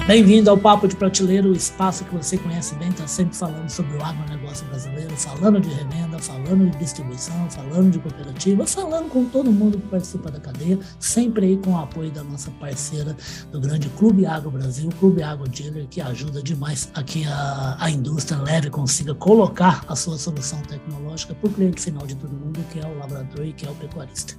Bem-vindo ao Papo de Prateleira, o espaço que você conhece bem, está sempre falando sobre o agronegócio brasileiro, falando de revenda, falando de distribuição, falando de cooperativa, falando com todo mundo que participa da cadeia, sempre aí com o apoio da nossa parceira do grande Clube Agro Brasil, Clube Agro Dealer, que ajuda demais a que a indústria leve consiga colocar a sua solução tecnológica para o cliente final de todo mundo, que é o lavrador e que é o pecuarista.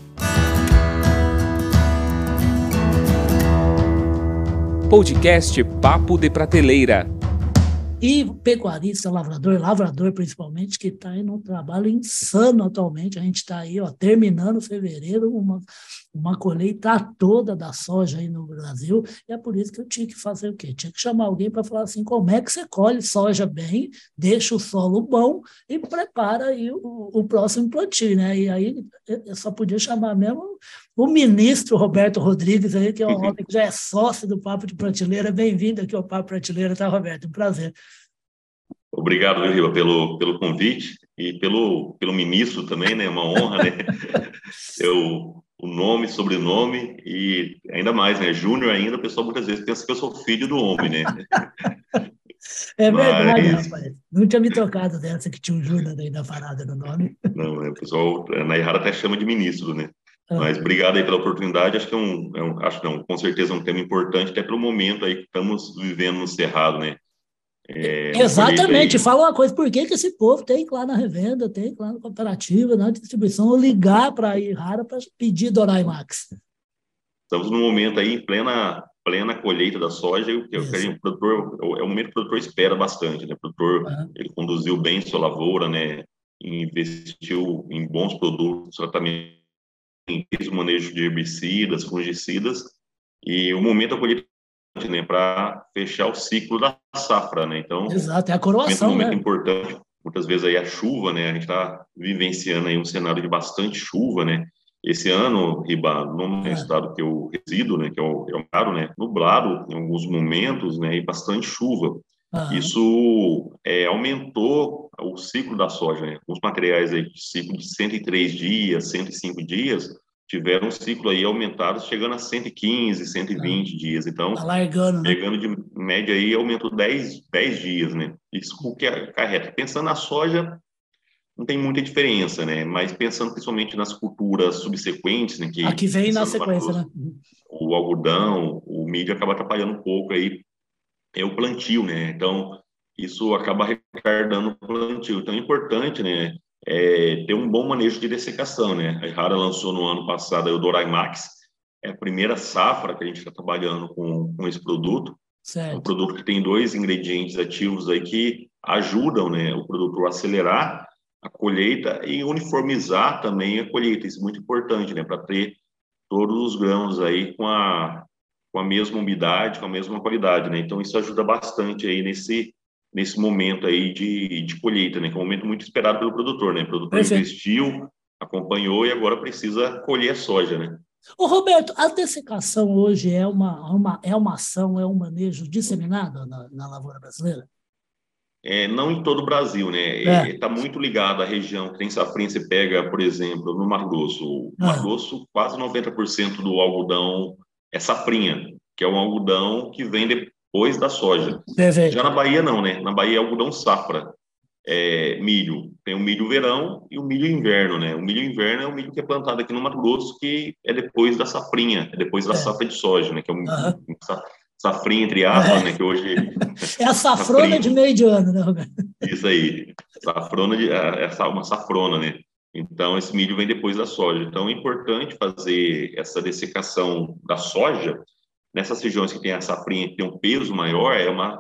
Podcast Papo de Prateleira. E pecuarista, lavrador principalmente, que está aí num trabalho insano atualmente. A gente está aí, terminando fevereiro, uma colheita toda da soja aí no Brasil, e é por isso que eu tinha que fazer o quê? Tinha que chamar alguém para falar assim, como é que você colhe soja bem, deixa o solo bom e prepara aí o próximo plantio, né? E aí eu só podia chamar mesmo o ministro Roberto Rodrigues aí, que é um homem que já é sócio do Papo de Prateleira. Bem-vindo aqui ao Papo de Prateleira, tá, Roberto? Um prazer. Obrigado, Riva, pelo convite e pelo ministro também, né? Uma honra, né? O nome, sobrenome e ainda mais, né? Júnior ainda, o pessoal muitas vezes pensa que eu sou filho do homem, né? É verdade, rapaz. Não tinha me tocado dessa que tinha um Júnior aí na parada no nome. Não, o pessoal na errada até chama de ministro, né? Mas obrigado aí pela oportunidade. Acho que com certeza é um tema importante, até pelo momento aí que estamos vivendo no Cerrado, né? Exatamente, fala uma coisa, por que esse povo tem que ir lá na revenda, tem que ir lá na cooperativa, na distribuição, ou ligar para a Irrara para pedir Dorai Max? Estamos num momento aí em plena colheita da soja, o produtor, é o momento que o produtor espera bastante, né? O produtor ele conduziu bem sua lavoura, né? Investiu em bons produtos, tratamento, fez o manejo de herbicidas, fungicidas, e o momento da colheita, né, para fechar o ciclo da safra, né? Então, exato, é a coroação, um momento importante. Muitas vezes aí a chuva, né? A gente está vivenciando aí um cenário de bastante chuva, né? Esse ano, Riba, no estado que eu resido, né, que é o Amaro, né, nublado em alguns momentos, né, e bastante chuva. Isso aumentou o ciclo da soja, né? Os materiais aí de ciclo de 103 dias, 105 dias, tiveram um ciclo aí aumentado, chegando a 115, 120 dias. Então, alargando, né? Pegando de média aí, aumentou 10 dias, né? Isso o que acarreta. Pensando na soja, não tem muita diferença, né? Mas pensando principalmente nas culturas subsequentes, né? Aqui vem na sequência, né? O algodão, o milho acaba atrapalhando um pouco aí o plantio, né? Então, isso acaba retardando o plantio. Então, é importante, né? Ter um bom manejo de dessecação, né? A Irrara lançou no ano passado o Dorai Max, é a primeira safra que a gente está trabalhando com esse produto. Certo. É um produto que tem 2 ingredientes ativos aí que ajudam, né, o produtor a acelerar a colheita e uniformizar também a colheita. Isso é muito importante, né, para ter todos os grãos aí com a mesma umidade, com a mesma qualidade, né? Então isso ajuda bastante aí nesse momento aí de colheita, né? Que é um momento muito esperado pelo produtor, né? O produtor investiu, acompanhou e agora precisa colher a soja, né? Ô Roberto, a dessecação hoje é uma ação, é um manejo disseminado na lavoura brasileira? Não em todo o Brasil, né? Está muito ligado à região. Tem safrinha, você pega, por exemplo, no Mato Grosso. No Mato Grosso, quase 90% do algodão é safrinha, que é um algodão que vem depois da soja. Perfeito. Já na Bahia, não, né? Na Bahia é algodão safra. Milho. Tem o milho verão e o milho inverno, né? O milho inverno é o milho que é plantado aqui no Mato Grosso, que é depois da safrinha, é depois da safra de soja, né? Que é safrinha, entre aspas, né? Que hoje... É a safrona de meio de ano, né, Roberto? Isso aí. Safrona, uma safrona, né? Então, esse milho vem depois da soja. Então, é importante fazer essa dessecação da soja nessas regiões que tem a safrinha, que tem um peso maior,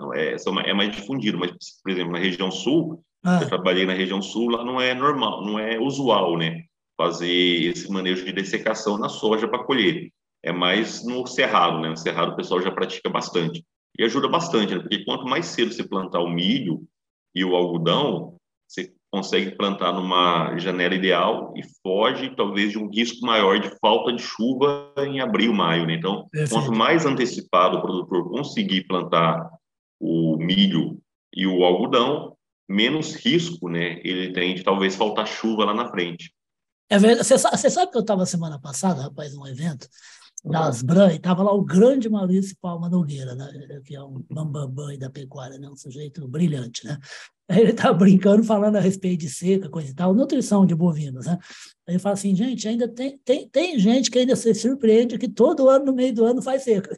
é mais difundido. Mas, por exemplo, na região sul, eu trabalhei na região sul, lá não é normal, não é usual, né? Fazer esse manejo de dessecação na soja para colher. É mais no cerrado, né? No cerrado o pessoal já pratica bastante. E ajuda bastante, né? Porque quanto mais cedo você plantar o milho e o algodão, você consegue plantar numa janela ideal e foge, talvez, de um risco maior de falta de chuva em abril, maio, né? Então, quanto mais antecipado o produtor conseguir plantar o milho e o algodão, menos risco, né, ele tem de talvez faltar chuva lá na frente. É verdade. Você sabe que eu estava semana passada, rapaz, num evento, das Bran, e estava lá o grande Maurício Palma Nogueira, né, que é um bambambam aí da pecuária, né, um sujeito brilhante, né? Aí ele estava brincando, falando a respeito de seca, coisa e tal, nutrição de bovinos, né? Aí ele fala assim, gente, ainda tem gente que ainda se surpreende que todo ano, no meio do ano, faz seca.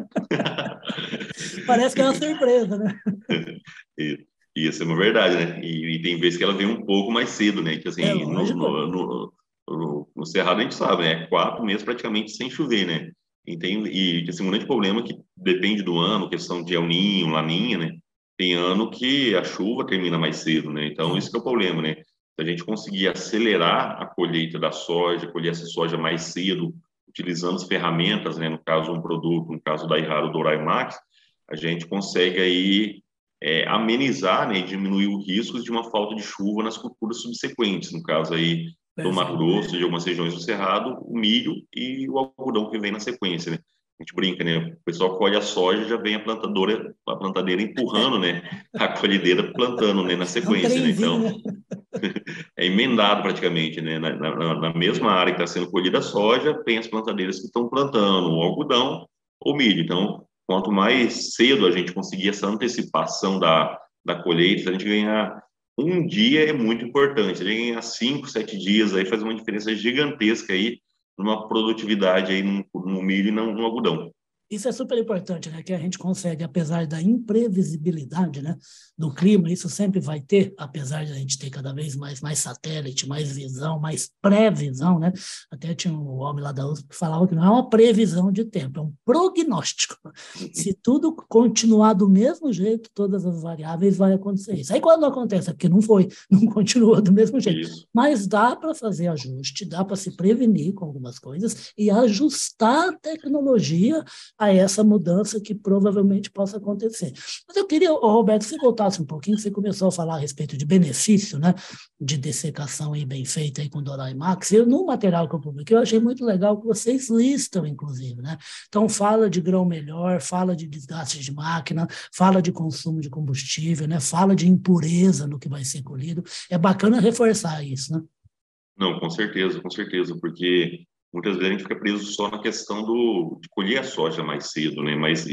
Parece que é uma surpresa, né? E isso é uma verdade, né? E tem vezes que ela vem um pouco mais cedo, né? Que É assim, lógico. no Cerrado a gente sabe, né? 4 meses praticamente sem chover, né? E assim, um grande problema que depende do ano, questão de El Niño, Laninha, né? Tem ano que a chuva termina mais cedo, né? Então, isso que é o problema, né? Se a gente conseguir acelerar a colheita da soja, colher essa soja mais cedo, utilizando as ferramentas, né? No caso, um produto, no caso da Irraro Dorai Max, a gente consegue aí amenizar, né, e diminuir os riscos de uma falta de chuva nas culturas subsequentes, no caso aí do Mato Perfeito. Grosso, de algumas regiões do Cerrado, o milho e o algodão que vem na sequência, né? A gente brinca, né? O pessoal colhe a soja, já vem a plantadeira empurrando, né? A colhedeira plantando, né? Na É um sequência, né? trenzinho, Então, né? é emendado praticamente, né? Na mesma área que está sendo colhida a soja, tem as plantadeiras que estão plantando o algodão ou milho. Então, quanto mais cedo a gente conseguir essa antecipação da colheita, a gente ganhar um dia é muito importante. A gente ganhar 5, 7 dias aí faz uma diferença gigantesca aí numa produtividade aí no milho e no algodão. Isso é super importante, né? Que a gente consegue, apesar da imprevisibilidade, né, do clima, isso sempre vai ter, apesar de a gente ter cada vez mais satélite, mais visão, mais previsão, né? Até tinha um homem lá da USP que falava que não é uma previsão de tempo, é um prognóstico. Se tudo continuar do mesmo jeito, todas as variáveis vai acontecer isso. Aí quando não acontece, é porque não foi, não continua do mesmo jeito. Isso. Mas dá para fazer ajuste, dá para se prevenir com algumas coisas e ajustar a tecnologia a essa mudança que provavelmente possa acontecer. Mas eu queria, Roberto, que você voltasse um pouquinho, você começou a falar a respeito de benefício, né, de dessecação aí bem feita aí com Dorai Max. Eu, no material que eu publiquei, eu achei muito legal que vocês listam, inclusive, né? Então, fala de grão melhor, fala de desgaste de máquina, fala de consumo de combustível, né? Fala de impureza no que vai ser colhido. É bacana reforçar isso, né? Não, com certeza, porque muitas vezes a gente fica preso só na questão de colher a soja mais cedo, né? Mas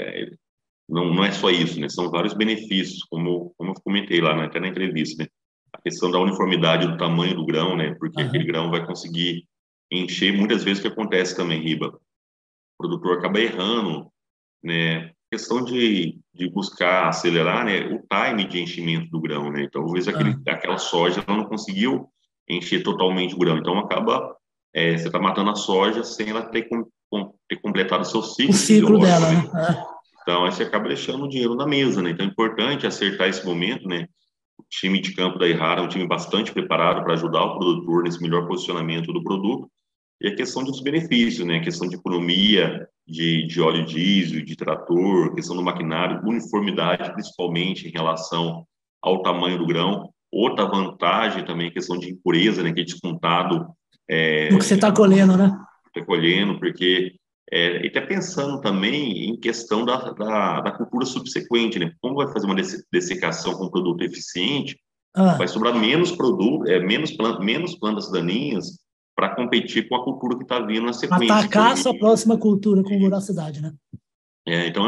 não é só isso, né? São vários benefícios, como eu comentei lá, né? Até na entrevista, né? A questão da uniformidade do tamanho do grão, né? Porque aquele Aham. grão vai conseguir encher. Muitas vezes o que acontece também, Riba, o produtor acaba errando, né? Questão de buscar acelerar, né? O time de enchimento do grão, né? Então, às vezes Ah. aquela soja ela não conseguiu encher totalmente o grão. Então, acaba você está matando a soja sem ela ter completado o seu O ciclo ciclo fisiológico, dela, né? né? É. Então, aí você acaba deixando o dinheiro na mesa, né? Então, é importante acertar esse momento, né? O time de campo da Errara é um time bastante preparado para ajudar o produtor nesse melhor posicionamento do produto. E a questão dos benefícios, né? A questão de economia de óleo diesel, de trator, questão do maquinário, uniformidade, principalmente em relação ao tamanho do grão. Outra vantagem também, a questão de impureza, né? Que é descontado Do que você está colhendo, né? recolhendo, porque e até pensando também em questão da cultura subsequente, né? Como vai fazer uma dessecação com produto eficiente, vai Ah. sobrar menos produto, menos plantas daninhas para competir com a cultura que está vindo na sequência, que é o Atacar a sua milho. próxima cultura com Isso. voracidade, né? Então,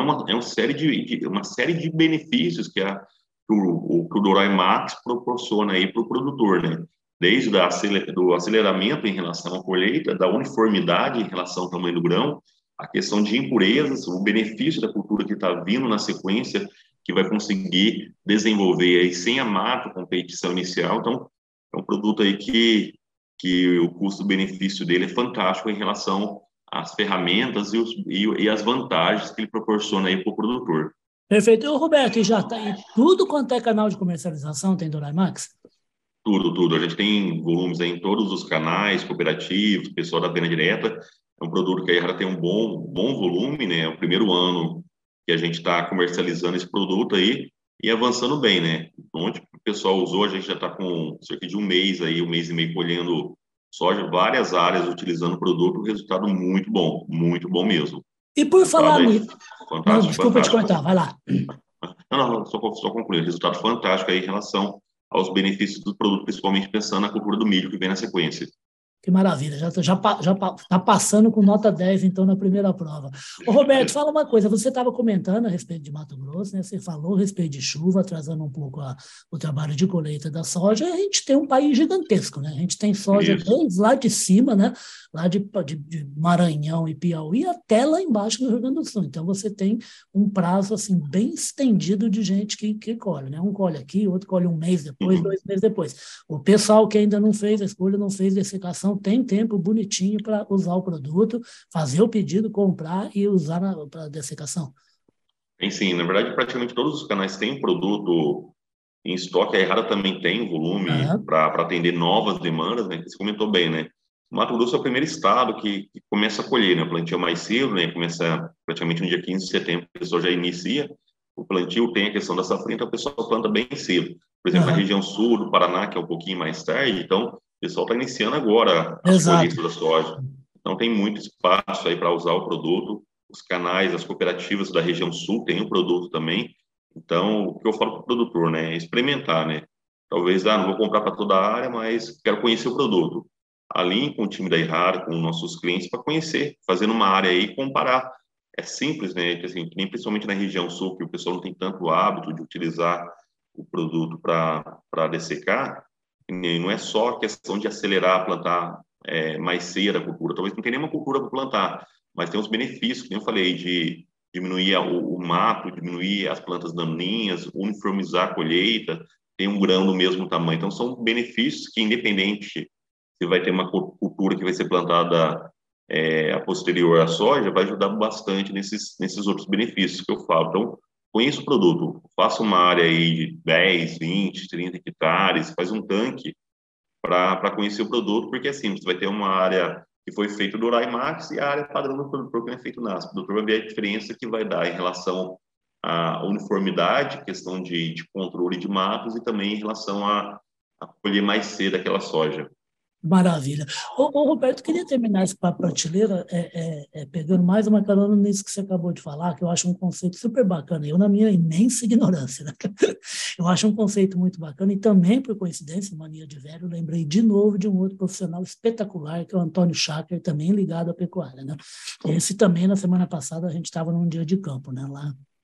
uma série de benefícios que o Dorai Max proporciona aí para o produtor, né? Desde do aceleramento em relação à colheita, da uniformidade em relação ao tamanho do grão, a questão de impurezas, o benefício da cultura que está vindo na sequência, que vai conseguir desenvolver aí sem a mato competição inicial. Então, é um produto aí que o custo-benefício dele é fantástico em relação às ferramentas e as vantagens que ele proporciona aí para o produtor. Perfeito. Ô, Roberto, e já tá aí tudo quanto é canal de comercialização tem Dorai Max? Tudo, tudo. A gente tem volumes aí em todos os canais, cooperativos, pessoal da venda direta. É um produto que a Erra tem um bom volume, né? É o primeiro ano que a gente está comercializando esse produto aí e avançando bem, né? Onde o pessoal usou, a gente já está com cerca de um mês aí, um mês e meio colhendo soja, várias áreas utilizando o produto, resultado muito bom mesmo. E por falar Resultado aí nisso. Não, fantástico, desculpa te fantástico. cortar, vai lá. Não, só concluir. Resultado fantástico aí em relação aos benefícios do produto, principalmente pensando na cultura do milho que vem na sequência. Que maravilha, já está passando com nota 10, então, na primeira prova. Ô, Roberto, fala uma coisa, você estava comentando a respeito de Mato Grosso, né? Você falou a respeito de chuva, atrasando um pouco o trabalho de colheita da soja, a gente tem um país gigantesco, né? A gente tem soja desde lá de cima, né? Lá de Maranhão e Piauí até lá embaixo no Rio Grande do Sul. Então, você tem um prazo, assim, bem estendido de gente que colhe, né? Um colhe aqui, outro colhe um mês depois, 2 meses depois. O pessoal que ainda não fez a escolha, não fez dessecação, tem tempo bonitinho para usar o produto, fazer o pedido, comprar e usar para dessecação. Tem sim, na verdade, praticamente todos os canais têm produto em estoque. A Errara também tem volume para atender novas demandas, né? Você comentou bem, né? O Mato Grosso é o primeiro estado que começa a colher, né? O plantio mais cedo, né? Começa praticamente no dia 15 de setembro, o pessoal já inicia. O plantio tem a questão da safra, então o pessoal planta bem cedo. Por exemplo, a região sul do Paraná, que é um pouquinho mais tarde, então o pessoal está iniciando agora as colheitas da soja. Então tem muito espaço aí para usar o produto. Os canais, as cooperativas da região sul têm o produto também. Então, o que eu falo para o produtor, né, é experimentar, né? Talvez, não vou comprar para toda a área, mas quero conhecer o produto. Alinhe com o time da Errara, com nossos clientes, para conhecer, fazendo uma área aí e comparar. É simples, né? Assim, nem principalmente na região sul, que o pessoal não tem tanto hábito de utilizar o produto para dessecar, não é só questão de acelerar, plantar mais cedo a cultura. Talvez não tenha nenhuma cultura para plantar, mas tem os benefícios, que eu falei, de diminuir o mato, diminuir as plantas daninhas, uniformizar a colheita, tem um grão do mesmo tamanho. Então, são benefícios que, independente se vai ter uma cultura que vai ser plantada a posterior à soja, vai ajudar bastante nesses outros benefícios que eu falo. Então, conheça o produto, faça uma área aí de 10, 20, 30 hectares, faz um tanque para conhecer o produto, porque assim, você vai ter uma área que foi feita do Uraimax e a área padrão do produtor que é feito NASP. O produtor vai ver a diferença que vai dar em relação à uniformidade, questão de controle de matos e também em relação a colher mais cedo aquela soja. Maravilha. Ô, Roberto, queria terminar esse papo prateleira pegando mais uma carona nisso que você acabou de falar, que eu acho um conceito super bacana. Eu, na minha imensa ignorância, né? Eu acho um conceito muito bacana e também, por coincidência, mania de velho, lembrei de novo de um outro profissional espetacular, que é o Antônio Schacker, também ligado à pecuária, né? Esse também, na semana passada, a gente estava num dia de campo, né?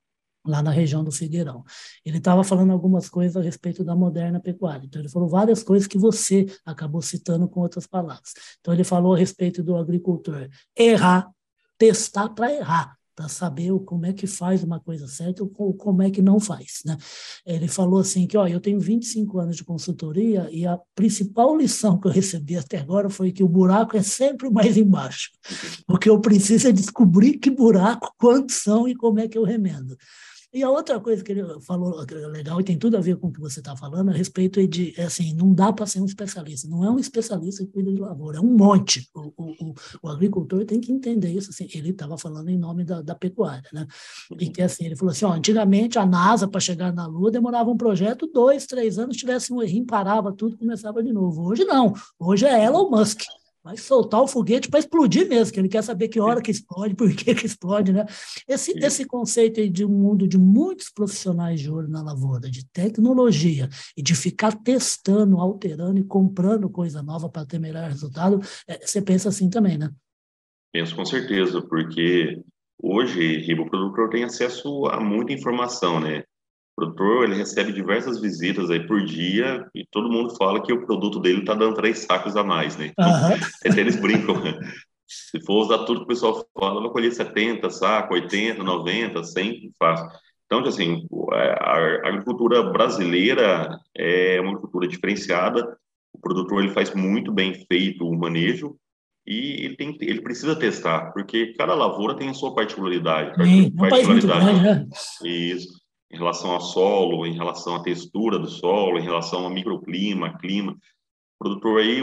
Lá na região do Figueirão. Ele estava falando algumas coisas a respeito da moderna pecuária. Então, ele falou várias coisas que você acabou citando com outras palavras. Então, ele falou a respeito do agricultor errar, testar para errar, para saber como é que faz uma coisa certa ou como é que não faz, né? Ele falou assim que, eu tenho 25 anos de consultoria e a principal lição que eu recebi até agora foi que o buraco é sempre mais embaixo. O que eu preciso é descobrir que buraco, quantos são e como é que eu remendo. E a outra coisa que ele falou legal, e tem tudo a ver com o que você está falando, a respeito de, assim, não dá para ser um especialista, não é um especialista que cuida de lavoura, é um monte. O agricultor tem que entender isso, assim, ele estava falando em nome da pecuária, né? E que, assim, ele falou assim, antigamente a NASA, para chegar na Lua, demorava um projeto 2, 3 anos, tivesse um errinho, parava tudo, começava de novo. Hoje não, hoje é Elon Musk. Vai soltar o foguete para explodir mesmo, que ele quer saber que hora que explode, por que explode, né? Esse conceito aí de um mundo de muitos profissionais de olho na lavoura, de tecnologia, e de ficar testando, alterando e comprando coisa nova para ter melhor resultado, você pensa assim também, né? Penso com certeza, porque hoje, Riba, o produtor tem acesso a muita informação, né? O produtor, ele recebe diversas visitas aí por dia e todo mundo fala que o produto dele está dando 3 sacos a mais, né? Então, até eles brincam, né? Se for usar tudo que o pessoal fala, vai colher 70 sacos, 80, 90, 100, fácil. Então, assim, a agricultura brasileira é uma agricultura diferenciada, o produtor ele faz muito bem feito o manejo e ele precisa testar, porque cada lavoura tem a sua particularidade. Sim, é um país muito grande, né? Isso, em relação ao solo, em relação à textura do solo, em relação ao microclima, clima. O produtor aí,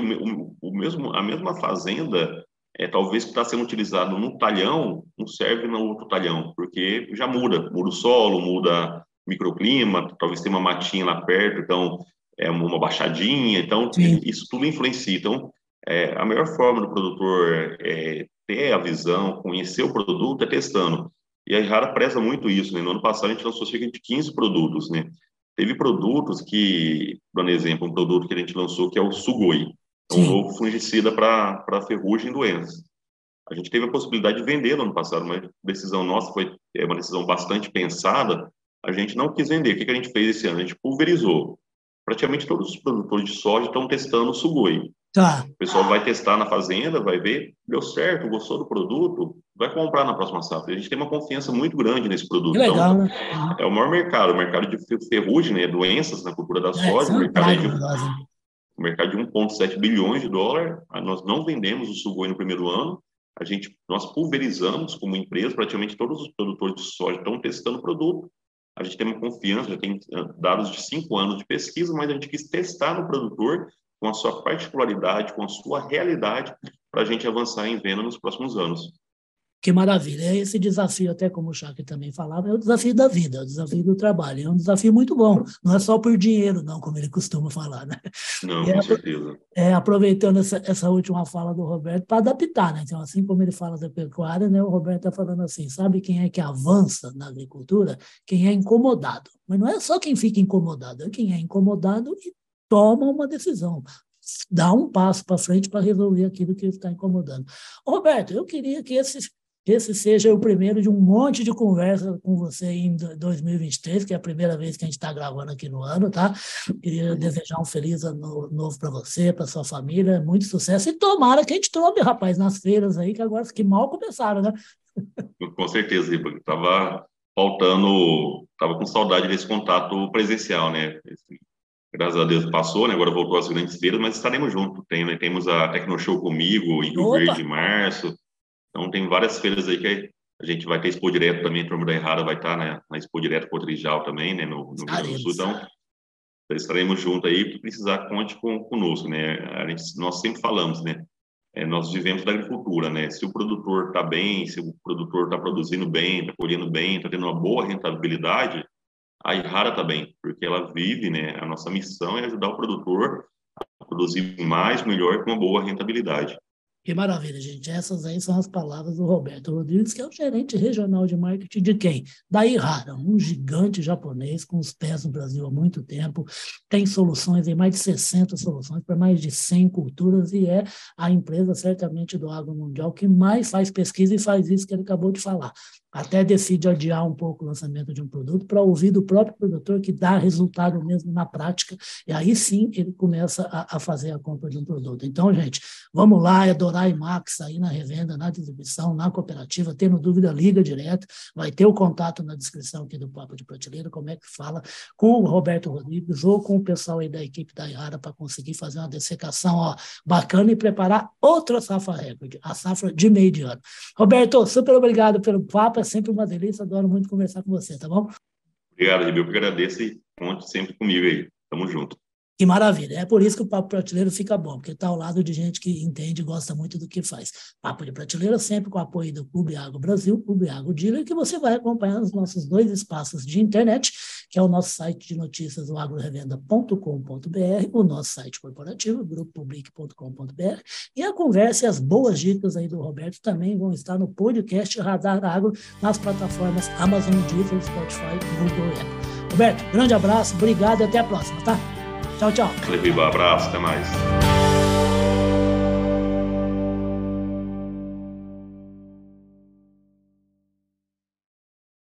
a mesma fazenda, talvez que está sendo utilizado no talhão, não serve no outro talhão, porque já muda o solo, muda o microclima, talvez tenha uma matinha lá perto, então é uma baixadinha, então isso tudo influencia. Então, a melhor forma do produtor ter a visão, conhecer o produto é testando. E a Errara preza muito isso, né? No ano passado a gente lançou cerca de 15 produtos, né? Teve produtos que, por exemplo, um produto que a gente lançou que é o Sugoi. É um novo fungicida para ferrugem e doenças. A gente teve a possibilidade de vender no ano passado, mas a decisão nossa foi uma decisão bastante pensada. A gente não quis vender. O que a gente fez esse ano? A gente pulverizou. Praticamente todos os produtores de soja estão testando o Sugoi. Tá. O pessoal vai testar na fazenda, vai ver, deu certo, gostou do produto, vai comprar na próxima safra. A gente tem uma confiança muito grande nesse produto. Que legal, então, né? é o maior mercado, o mercado de ferrugem, né, doenças na cultura da soja, o mercado de 1,7 bilhões de dólares. Nós não vendemos o Sugoi no primeiro ano, nós pulverizamos como empresa, praticamente todos os produtores de soja estão testando o produto. A gente tem uma confiança, já tem dados de 5 anos de pesquisa, mas a gente quis testar no produtor com a sua particularidade, com a sua realidade, para a gente avançar em venda nos próximos anos. Que maravilha. É esse desafio, até como o Chacre também falava, é o desafio da vida, é o desafio do trabalho. É um desafio muito bom. Não é só por dinheiro, não, como ele costuma falar, né? Não, com certeza. Aproveitando essa última fala do Roberto, para adaptar, né? Então, assim como ele fala da pecuária, né? O Roberto está falando assim, sabe quem é que avança na agricultura? Quem é incomodado. Mas não é só quem fica incomodado, é quem é incomodado e toma uma decisão. Dá um passo para frente para resolver aquilo que está incomodando. Roberto, eu queria que esse seja o primeiro de um monte de conversa com você em 2023, que é a primeira vez que a gente está gravando aqui no ano, tá? Queria desejar um feliz ano novo para você, para sua família, muito sucesso, e tomara que a gente tome, rapaz, nas feiras aí, que agora que mal começaram, né? Com certeza, Riba, estava faltando, estava com saudade desse contato presencial, né? Graças a Deus passou, né? Agora voltou às grandes feiras, mas estaremos juntos. Temos a Tecnoshow comigo em Rio Verde em março. Então, tem várias feiras aí que a gente vai ter Expo Direto também, a Turma da Errada vai estar, né, na Expo Direto Cotrijal também, né, no Rio Grande do Sul. Então, estaremos juntos aí, se precisar, conte conosco, né? Nós sempre falamos, né? Nós vivemos da agricultura, né? Se o produtor está bem, se o produtor está produzindo bem, está colhendo bem, está tendo uma boa rentabilidade, a Errada está bem, porque ela vive, né? A nossa missão é ajudar o produtor a produzir mais, melhor, com uma boa rentabilidade. Que maravilha, gente. Essas aí são as palavras do Roberto Rodrigues, que é o gerente regional de marketing de quem? Da Errada, um gigante japonês com os pés no Brasil há muito tempo, tem soluções, tem mais de 60 soluções para mais de 100 culturas e é a empresa, certamente, do agro mundial que mais faz pesquisa e faz isso que ele acabou de falar. Até decide adiar um pouco o lançamento de um produto para ouvir do próprio produtor que dá resultado mesmo na prática, e aí sim ele começa a fazer a compra de um produto. Então, gente, vamos lá, Dorai Max aí na revenda, na distribuição, na cooperativa, tendo dúvida, liga direto, vai ter o contato na descrição aqui do Papo de Prateleira, como é que fala com o Roberto Rodrigues ou com o pessoal aí da equipe da Errada para conseguir fazer uma dessecação bacana e preparar outra safra recorde, a safra de meio de ano. Roberto, super obrigado pelo papo, é sempre uma delícia, adoro muito conversar com você, tá bom? Obrigado, Ribeiro, que agradeço e conte sempre comigo aí, tamo junto. Que maravilha, é por isso que o Papo Prateleira fica bom, porque está ao lado de gente que entende e gosta muito do que faz. Papo de Prateleira sempre com o apoio do Clube Agro Brasil, Clube Agro Dealer, que você vai acompanhar nos nossos 2 espaços de internet, que é o nosso site de notícias, o agrorevenda.com.br, o nosso site corporativo, grupopublic.com.br, e a conversa e as boas dicas aí do Roberto também vão estar no podcast Radar Agro, nas plataformas Amazon, Deezer, Spotify, Google e Apple. Roberto, grande abraço, obrigado e até a próxima, tá? Tchau, tchau. Abraço, até mais.